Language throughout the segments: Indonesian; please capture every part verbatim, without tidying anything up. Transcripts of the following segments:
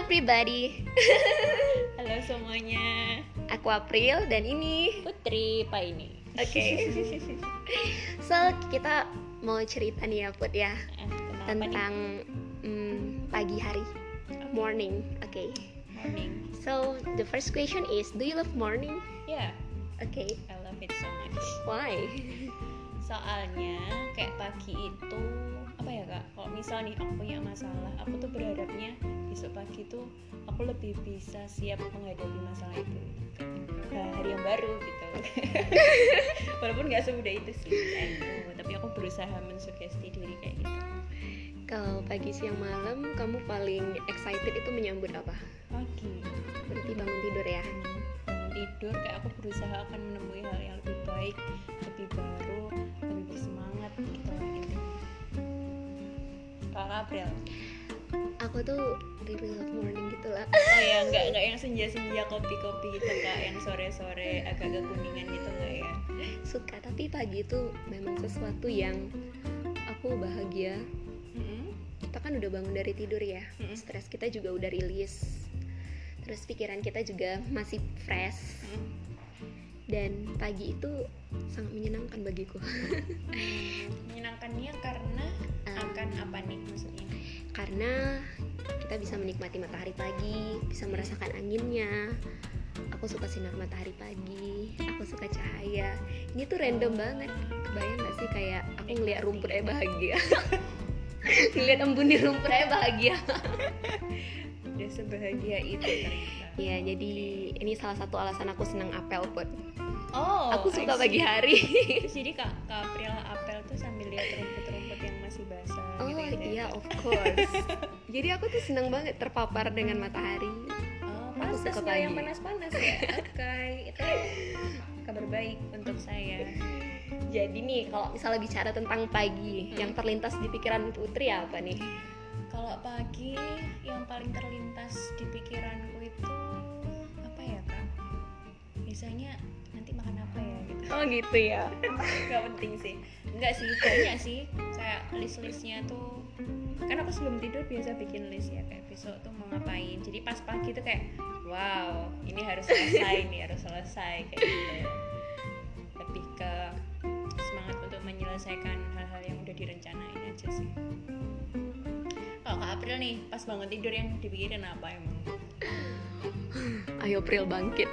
everybody. Halo semuanya. Aku April dan ini Putri Paini. Oke. Okay. So kita mau cerita nih ya Put ya eh, tentang mm, pagi hari, morning. Oke. Okay. Morning. So the first question is, do you love morning? Yeah. Oke. Okay. I love it so much. Why? Soalnya kayak pagi itu apa ya kak? Kalau misal nih aku punya masalah, aku tuh berharapnya besok pagi tuh aku lebih bisa siap menghadapi masalah itu. Nah, hari yang baru gitu. Walaupun nggak semudah itu sih, I know, tapi aku berusaha mensugesti diri kayak gitu. Kalau pagi siang malam kamu paling excited itu menyambut apa? Pagi. Berarti bangun tidur ya? Bangun tidur kayak aku berusaha akan menemui hal yang lebih baik, lebih baru, lebih bersemangat gitu lah gitu. Kalau April? Aku tuh really love morning gitu lah. Oh ya, nggak nggak yang senja-senja kopi-kopi gitu kak, yang sore-sore agak-agak kuningan gitu nggak ya? Suka, tapi pagi itu memang sesuatu yang aku bahagia. Mm-hmm. Kita kan udah bangun dari tidur ya, Mm-hmm. stres kita juga udah rilis, terus pikiran kita juga masih fresh. Mm-hmm. Dan pagi itu sangat menyenangkan bagiku. Menyenangkannya karena Um, akan apa nih maksudnya? Karena kita bisa menikmati matahari pagi, bisa merasakan anginnya. Aku suka sinar matahari pagi, aku suka cahaya. Ini tuh random banget. Kebayang gak sih kayak aku ngeliat rumput aja bahagia. Ngeliat embun di rumput aja bahagia. Udah sebahagia itu ternyata. Ya, jadi ini salah satu alasan aku senang apel Put. Oh, aku suka I see. pagi hari. Terus jadi kak, kak April apel tuh sambil lihat rumput-rumput yang masih basah. Oh gitu iya, ya, of course. Jadi aku tuh senang banget terpapar dengan matahari. Oh, Aku pantas suka nggak yang pagi. panas-panas ya. Oke, itu kabar baik untuk saya. Jadi nih kalau misalnya bicara tentang pagi, Hmm. yang terlintas di pikiran Putri apa nih? Kalau pagi yang paling terlintas di pikiranku itu apa ya kak? Biasanya nanti makan apa ya gitu. Oh gitu ya. Gak penting sih. Enggak sih, banyak sih. Kayak list-listnya tuh. Kan aku sebelum tidur biasa bikin list ya, kayak besok tuh mau ngapain. Jadi pas pagi tuh kayak wow, ini harus selesai nih, harus selesai kayak gitu. Lebih ke semangat untuk menyelesaikan hal-hal yang udah direncanain aja sih. Kalau Kak April nih, pas bangun tidur yang dipikirin apa emang? Ayo Pril bangkit.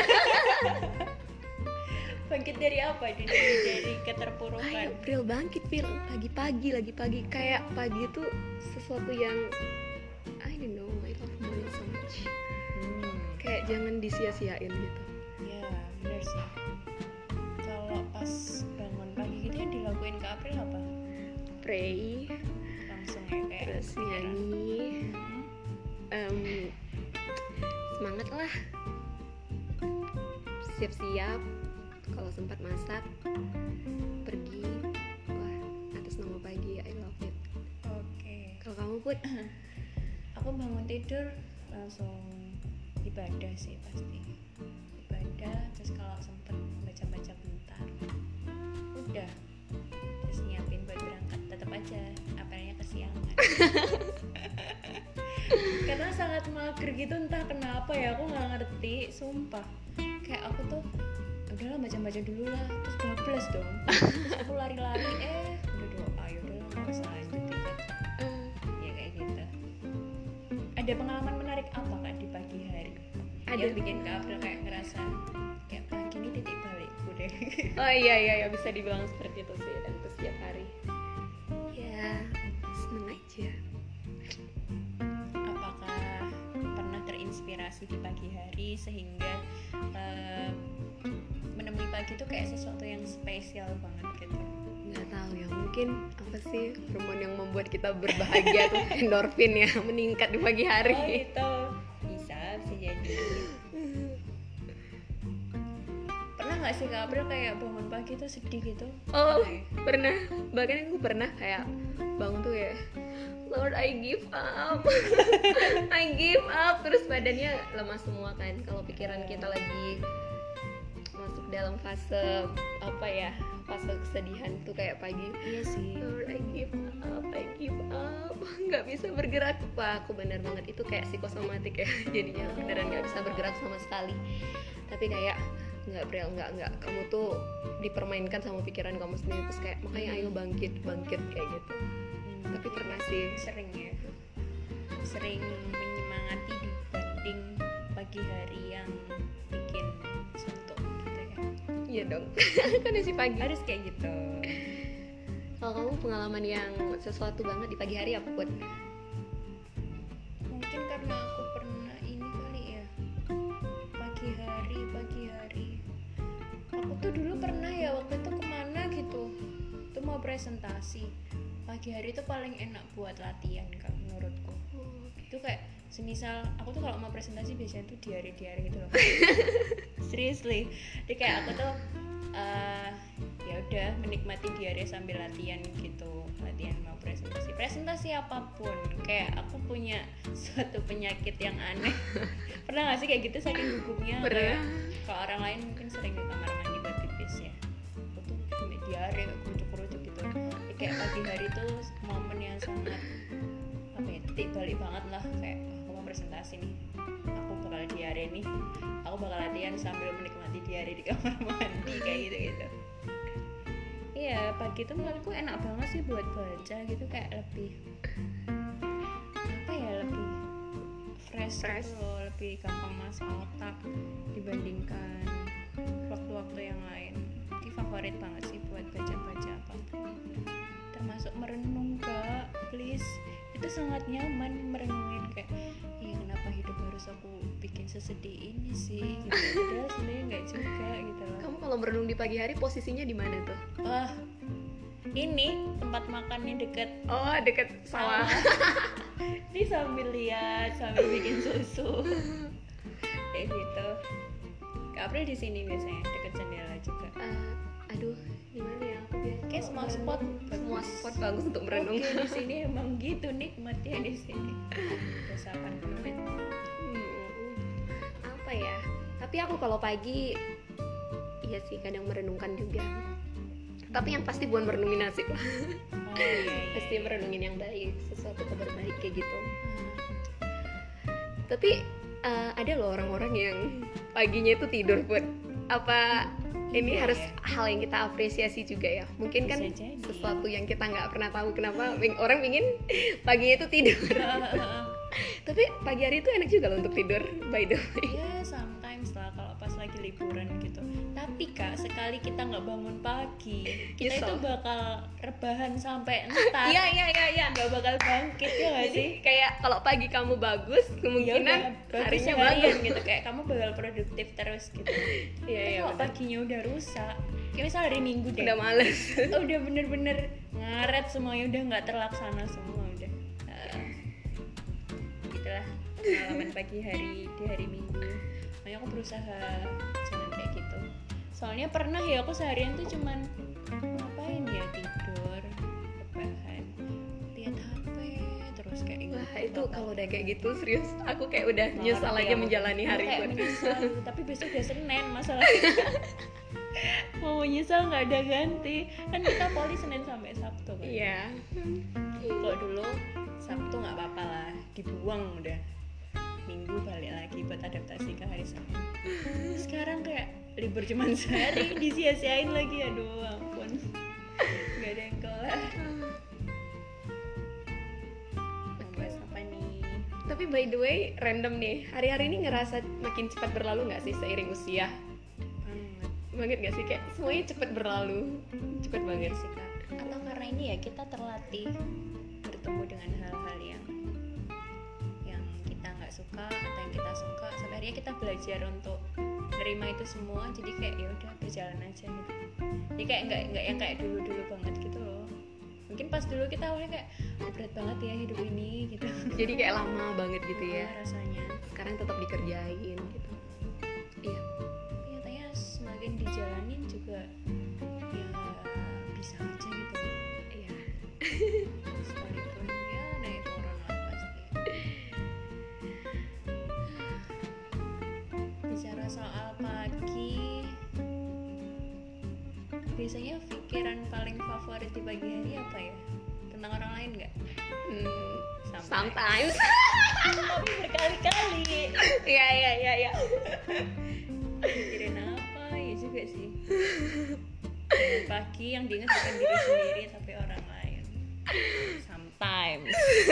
Bangkit dari apa? Dari, dari keterpurukan. Ayo Pril bangkit Pril. Pagi-pagi lagi pagi kayak pagi itu sesuatu yang I don't know, I love morning so much. Hmm. Kayak jangan disia-siain gitu. Ya, benar sih. Kalau pas bangun pagi gitu yang dilakuin Kak April apa? Pray, Langsung ya kayak terus kepikiran. nyanyi, Hmm. um, semangat lah. Siap-siap. Kalau sempat masak, pergi. Wah, atas nama pagi, I love it. Oke. Kalau kamu Put? Aku bangun tidur langsung ibadah sih pasti. Ibadah, terus kalau sempet baca-baca bentar. Udah. Terus nyiapin buat berangkat. Tetap aja apelnya kesiangan. Karena sangat mager gitu, entah kenapa ya, aku nggak ngerti, sumpah. Kayak aku tuh udahlah baca-baca dulu lah, terus bablas dong. Aku lari-lari, eh udah doa, yaudahlah nggak usah lanjut gitu. Ya kayak gitu. Ada pengalaman menarik apa kak di pagi hari? Ada. Yang bikin Kak April kayak ngerasa kayak pagi ini titik balikku deh. Oh iya iya ya, bisa dibilang seperti itu sih, dan itu setiap hari. Ya, seneng aja. Apakah pernah terinspirasi di pagi hari sehingga eh, menemui pagi itu kayak sesuatu yang spesial banget gitu? Nggak tahu ya, mungkin apa sih hormon yang membuat kita berbahagia tuh endorfin ya, meningkat di pagi hari. Oh itu bisa bisa jadi. Pernah nggak sih Kak April kayak bangun pagi tuh sedih gitu? Oh, Pernah ya? pernah. Bahkan aku pernah kayak bangun tuh ya, Lord I give up. I give up. Terus badannya lemas semua kan. Kalau pikiran kita lagi masuk dalam fase apa ya, fase kesedihan tuh kayak pagi. Iya sih. Lord, I give up, I give up, nggak bisa bergerak. Wah, aku bener banget itu kayak psikosomatik ya. Jadinya beneran nggak bisa bergerak sama sekali. Tapi kayak nggak Brel, nggak nggak kamu tuh dipermainkan sama pikiran kamu sendiri, terus kayak makanya ayo bangkit bangkit kayak gitu. Hmm, Tapi pernah sih sering ya, sering menyemangati dibanding pagi hari yang bikin suntuk gitu ya. iya dong. Kan si pagi. Harus kayak gitu. Kalau kamu pengalaman yang sesuatu banget di pagi hari apa buat? Mungkin karena aku pernah ini kali ya, pagi hari pagi hari aku tuh dulu pernah ya waktu itu kemana gitu tuh mau presentasi. Pagi hari itu paling enak buat latihan kak menurutku. Itu kayak semisal aku tuh kalau mau presentasi biasanya tuh diari-diari gitu loh. Seriously, jadi kayak aku tuh uh, ya udah menikmati diari sambil latihan gitu, latihan mau presentasi presentasi apapun. Kayak aku punya suatu penyakit yang aneh. Pernah nggak sih kayak gitu saking gugupnya? Pernah. Kalau orang lain mungkin sering di kamar mandi buat pipis ya, aku tuh sampai diare kerucuk-kerucuk gitu. Jadi kayak pagi hari tuh momen yang sangat apa ya, titik balik banget lah. Kayak aku mau presentasi nih, aku bakal diare nih, aku bakal latihan sambil menikmati diare di kamar mandi kayak gitu gitu. Iya, pagi tuh menurutku enak banget sih buat baca gitu, kayak lebih apa ya, lebih fresh, Fresh. gitu loh, lebih gampang masuk otak dibandingkan waktu-waktu yang lain. Ini favorit banget sih buat baca-baca apapun, termasuk merenung kak, please. Itu sangat nyaman merenungin kayak, iya kenapa hidup harus aku bikin sesedih ini sih gitu. Padahal sebenarnya nggak juga gitu loh. Kamu kalau merenung di pagi hari posisinya di mana tuh? Wah, ini tempat makannya deket Oh, deket sawah. ini sambil lihat sambil bikin susu kayak gitu. Kak April di sini biasanya deket jendela juga. Eh, aduh, gimana ya? Aku biasa Kayak semua spot semua bagus. spot bagus untuk merenung. Oke, di sini emang gitu nikmatnya di sini. Resapan menit. Hmm, apa ya? Tapi aku kalau pagi, iya sih kadang merenungkan juga. Tapi yang pasti bukan merenungin nasib lah. Oh iya, iya. Pasti merenungin yang baik, sesuatu kabar baik kayak gitu. Hmm. Tapi eh, ada loh orang-orang yang paginya itu tidur buat apa? Ini Iya, harus ya. hal yang kita apresiasi juga ya. Mungkin kan Bisa jadi. sesuatu yang kita nggak pernah tahu kenapa orang ingin paginya itu tidur. Tapi pagi hari itu enak juga loh untuk tidur, by the way. Ya sometimes lah kalau pas lagi liburan gitu. Tapi kak, sekali kita nggak bangun pagi, kita Nyesel. itu bakal rebahan sampai entar. Iya iya iya iya. Nggak bakal bangkit ya nggak sih? Jadi kayak kalau pagi kamu bagus, Ya kemungkinan udah, bagus harinya seharian bagus. gitu, kayak kamu bakal produktif terus gitu. Iya Tapi iya. kalau benar. paginya udah rusak, kayak misal hari Minggu deh, Udah males. oh, udah bener-bener ngaret semuanya, udah nggak terlaksana semua udah. Uh, gitulah pengalaman pagi hari di hari Minggu. Makanya aku berusaha jangan kayak gitu. Soalnya pernah ya aku seharian tuh cuman ngapain ya, tidur, rebahan, lihat H P terus kayak gitu. Wah itu kalau udah kayak gitu serius, aku kayak udah nyesal aja menjalani hari kayak itu. menyesal, tapi besok udah Senin masalah. Mau menyesal nggak ada ganti, kan kita poli Senin sampai Sabtu kan. Iya. Kalau dulu Sabtu nggak apa-apa lah, dibuang udah. Minggu balik lagi buat adaptasi ke hari Senin. Sekarang kayak libur cuma sehari, disia-siain lagi, aduh ampun. Gak ada yang kelar. Bahas apa nih? Tapi by the way, random nih. Hari-hari ini ngerasa makin cepat berlalu nggak sih seiring usia? Banget Banget nggak sih kayak semuanya cepat berlalu, cepat banget sih kak. Atau karena ini ya kita terlatih bertemu dengan hal-hal yang yang kita nggak suka atau yang kita suka, sampai akhirnya kita belajar untuk nerima itu semua. Jadi kayak ya udah berjalan aja gitu. Jadi kayak nggak nggak yang kayak dulu-dulu banget gitu loh. Mungkin pas dulu kita awalnya kayak "Oh, berat banget ya hidup ini gitu. Jadi kayak lama banget gitu ya. Ah, rasanya. Sekarang tetap dikerjain gitu. Iya. Nyatanya semakin dijalanin juga ya bisa aja gitu. Iya. Sekalipun ya naik turun lah pasti. Bicara soal pagi, biasanya pikiran paling favorit di pagi hari apa ya? Tentang orang lain nggak? Hmm, Sometimes. sometimes. Tapi berkali-kali. Iya iya iya iya. Mikirin apa ya juga sih. Bangun pagi yang diingat bukan diri sendiri tapi orang lain. Sometimes.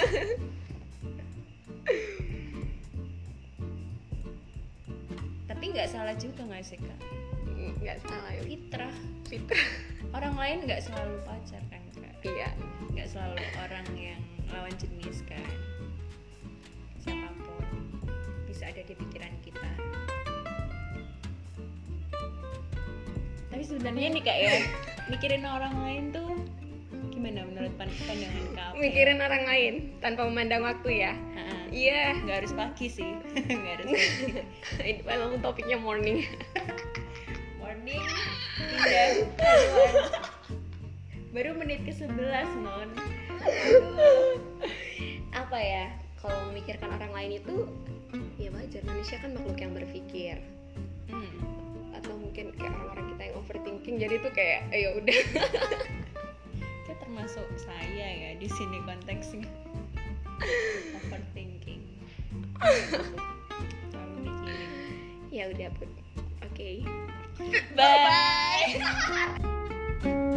Tapi nggak salah juga nggak sih kak? Nggak salah ya. Fitrah. Fitrah. Orang lain nggak selalu pacar kan kak? Iya. Nggak selalu orang yang lawan jenis kan? Siapapun bisa ada di pikiran kita. Tapi sebenarnya nih kak ya, mikirin orang lain tuh gimana menurut pandangan kak? Mikirin orang lain tanpa memandang waktu ya. Ha-ha. Iya. Nggak harus pagi sih, nggak harus pagi. Ini malam topiknya morning. Morning, pindah haluan. Baru menit ke sebelas non. Aduh. Apa ya? Kalau memikirkan orang lain itu ya wajar, manusia kan makhluk yang berpikir. Hmm. Atau mungkin kayak orang-orang kita yang overthinking, jadi tuh kayak eh, ya udah. Itu termasuk saya ya di sini konteksnya. Overthinking. Terlalu mikirin. Ya udah pun. Oke. Bye.